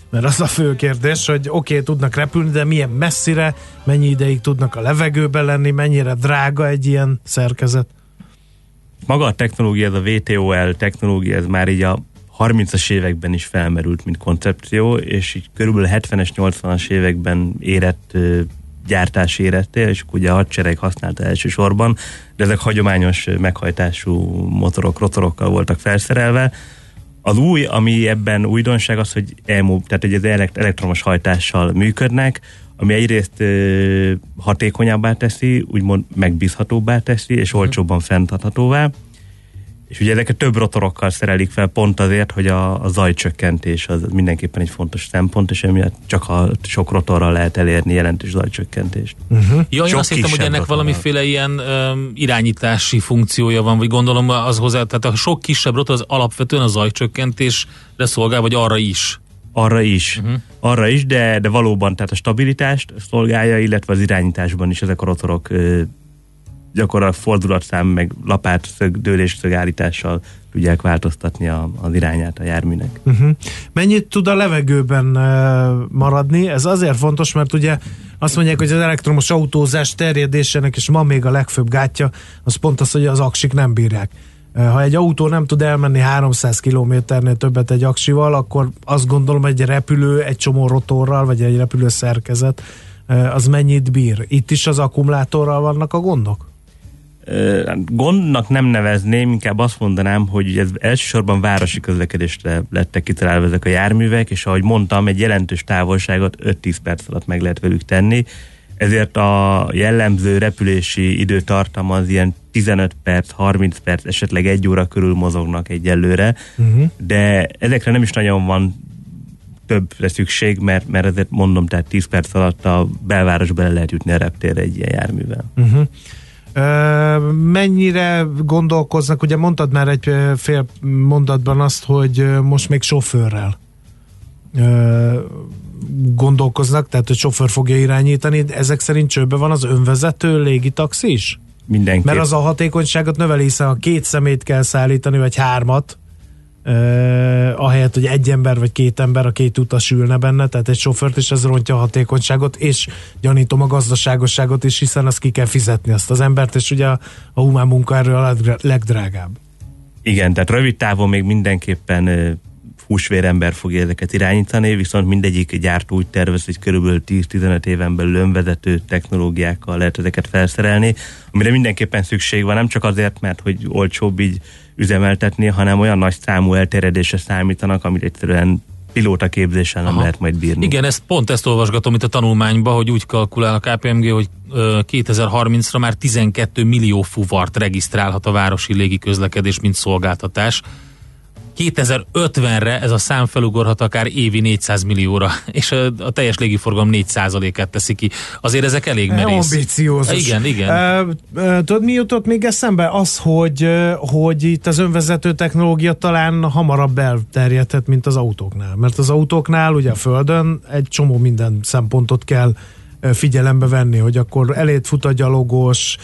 Mert az a fő kérdés, hogy oké, okay, tudnak repülni, de milyen messzire, mennyi ideig tudnak a levegőben lenni, mennyire drága egy ilyen szerkezet? Maga a technológia, ez a vé té o el technológia, ez már így a harmincas években is felmerült, mint koncepció, és így körülbelül hetvenes, nyolcvanas években érett, gyártás érette, és ugye a hadsereg használta elsősorban, de ezek hagyományos meghajtású motorok, rotorokkal voltak felszerelve. Az új, ami ebben újdonság az, hogy e-mob, tehát hogy az elektromos hajtással működnek, ami egyrészt ö, hatékonyabbá teszi, úgymond megbízhatóbbá teszi, és olcsóbban fenntarthatóvá. És ugye ezeket több rotorokkal szerelik fel pont azért, hogy a, a zajcsökkentés az mindenképpen egy fontos szempont, és emiatt csak a sok rotorral lehet elérni jelentős zajcsökkentést. Uh-huh. Ja, én azt hittem, hogy ennek rotorral valamiféle ilyen um, irányítási funkciója van, vagy gondolom az hozzá, tehát a sok kisebb rotor az alapvetően a zajcsökkentésre szolgál, vagy arra is? Arra is. Uh-huh. Arra is, de, de valóban tehát a stabilitást szolgálja, illetve az irányításban is ezek a rotorok ö, gyakorlatilag fordulatszám, meg lapátszög, dőlésszög állítással tudják változtatni a, az irányát a járműnek. Uh-huh. Mennyit tud a levegőben uh, maradni? Ez azért fontos, mert ugye azt mondják, hogy az elektromos autózás terjedésének, és ma még a legfőbb gátja, az pont az, hogy az aksik nem bírják. Uh, ha egy autó nem tud elmenni háromszáz kilométernél többet egy aksival, akkor azt gondolom, hogy egy repülő egy csomó rotorral, vagy egy repülő szerkezet, uh, az mennyit bír? Itt is az akkumulátorral vannak a gondok? Gondnak nem nevezném, inkább azt mondanám, hogy ez elsősorban városi közlekedésre lettek kitalálva ezek a járművek, és ahogy mondtam, egy jelentős távolságot öt-tíz perc alatt meg lehet velük tenni, ezért a jellemző repülési időtartam az ilyen tizenöt perc, harminc perc, esetleg egy óra körül mozognak egyelőre, uh-huh. de ezekre nem is nagyon van többre szükség, mert, mert ezért mondom, tehát tíz perc alatt a belvárosba el lehet jutni a reptérre egy ilyen járművel. Uh-huh. Mennyire gondolkoznak, ugye mondtad már egy fél mondatban azt, hogy most még sofőrrel gondolkoznak, tehát hogy sofőr fogja irányítani, ezek szerint csőben van az önvezető légitaxi is? Mindenképp. Mert az a hatékonyságot növeli, hiszen ha két szemét kell szállítani, vagy hármat, Uh, ahelyett, hogy egy ember vagy két ember, a két utas ülne benne, tehát egy sofőrt is ez rontja a hatékonyságot, és gyanítom a gazdaságosságot is, hiszen azt ki kell fizetni azt az embert, és ugye a, a humán munkaerő a legdrágább. Igen, tehát rövid távon még mindenképpen uh, húsvérember fogja ezeket irányítani, viszont mindegyik gyártó úgy tervez, hogy körülbelül tíz-tizenöt éven belül önvezető technológiákkal lehet ezeket felszerelni, amire mindenképpen szükség van, nem csak azért, mert hogy olcsóbb így üzemeltetni, hanem olyan nagy számú elterjedésre számítanak, amit egyszerűen pilótaképzéssel nem Aha. lehet majd bírni. Igen, ezt, pont ezt olvasgatom itt a tanulmányban, hogy úgy kalkulál a ká pé em gé, hogy ö, kétezer-harmincra már tizenkét millió fuvart regisztrálhat a városi légiközlekedés, mint szolgáltatás. kétezer-ötvenre ez a szám felugorhat akár évi négyszáz millióra, és a, a teljes légiforgalom négy százalékát teszi ki. Azért ezek elég merész. Ambiciózus. Igen, igen. Uh, uh, tudod, mi jutott még eszembe? Az, hogy, uh, hogy itt az önvezető technológia talán hamarabb elterjedhet, mint az autóknál. Mert az autóknál ugye a földön egy csomó minden szempontot kell uh, figyelembe venni, hogy akkor eléd fut a gyalogos,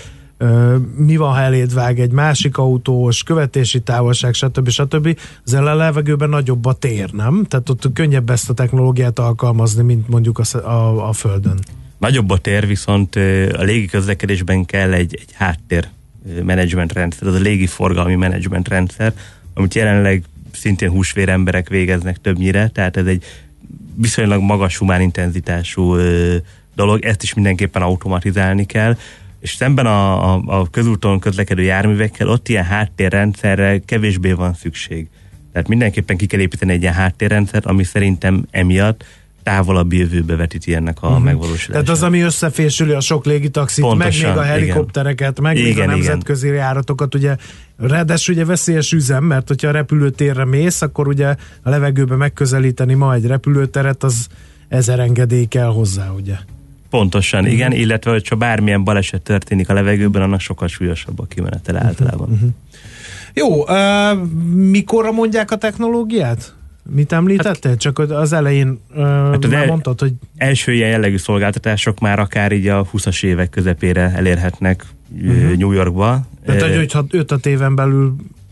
mi van, ha eléd vág egy másik autós, követési távolság, stb. stb. Az a levegőben nagyobb a tér, nem? Tehát ott könnyebb ezt a technológiát alkalmazni, mint mondjuk a, a, a Földön. Nagyobb a tér, viszont a légi közlekedésben kell egy, egy háttér menedzsment rendszer, az a légiforgalmi menedzsment rendszer, amit jelenleg szintén húsvér emberek végeznek többnyire, tehát ez egy viszonylag magas humán intenzitású dolog, ezt is mindenképpen automatizálni kell, és szemben a, a, a közúton közlekedő járművekkel ott ilyen háttérrendszerre kevésbé van szükség. Tehát mindenképpen ki kell építeni egy ilyen háttérrendszert, ami szerintem emiatt távolabbi jövőbe vetíti ennek a uh-huh. megvalósulását. Tehát az, ami összefésüli a sok légitaxit, Pontosan, meg még a helikoptereket, igen. meg igen, még a nemzetközi igen. járatokat, ugye ráadásul ugye veszélyes üzem, mert hogyha a repülőtérre mész, akkor ugye a levegőbe megközelíteni ma egy repülőteret, az ezer engedély kell hozzá, ugye? Pontosan, uh-huh. igen, illetve hogyha bármilyen baleset történik a levegőben, annak sokkal súlyosabb a kimenetele uh-huh. általában. Uh-huh. Jó, uh, mikorra mondják a technológiát? Mit említettél? Hát, csak az elején uh, hát már el, mondtad, hogy... első ilyen jellegű szolgáltatások már akár így a húszas évek közepére elérhetnek uh-huh. New Yorkba. Tehát, hogy öt-hat éven belül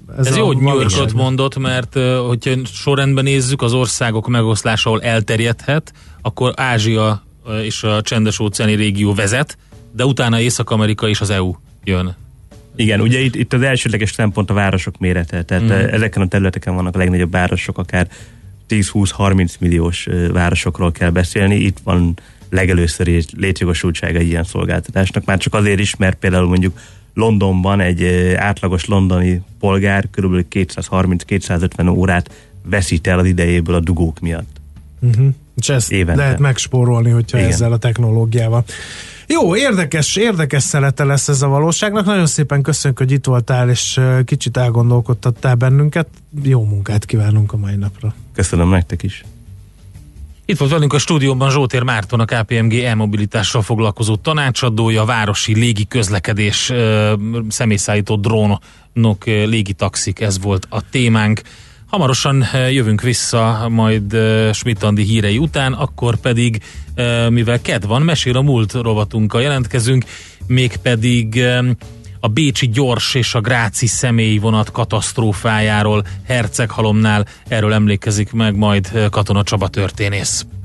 Ez, ez a jó, hogy New Yorkot valóság. mondott, mert hogyha sorrendben nézzük, az országok megoszlása, ahol elterjedhet, akkor Ázsia és a csendes-óceáni régió vezet, de utána Észak-Amerika és az é u jön. Igen, ugye itt, itt az elsődleges szempont a városok mérete, tehát mm. ezeken a területeken vannak a legnagyobb városok, akár tíz-húsz-harminc milliós városokról kell beszélni, itt van legelőször is létjogosultsága egy ilyen szolgáltatásnak, már csak azért is, mert például mondjuk Londonban egy átlagos londoni polgár kb. kétszázharminc-kétszázötven órát veszít el az idejéből a dugók miatt. Uh-huh. És ezt évente lehet megspórolni, hogyha igen. ezzel a technológiával. Jó, érdekes, érdekes szelete lesz ez a valóságnak. Nagyon szépen köszönjük, hogy itt voltál, és kicsit elgondolkodtattál bennünket. Jó munkát kívánunk a mai napra. Köszönöm nektek is. Itt volt velünk a stúdióban Zsótér Márton, a ká pé em gé e-mobilitással foglalkozó tanácsadója, városi légi közlekedés, személyszállító drónok, légitaxik, ez volt a témánk. Hamarosan jövünk vissza, majd Schmidt Andi hírei után, akkor pedig, mivel kedv van, mesél a múlt rovatunkkal jelentkezünk, mégpedig a bécsi gyors és a gráci személyvonat katasztrófájáról Herceghalomnál, erről emlékezik meg majd Katona Csaba történész.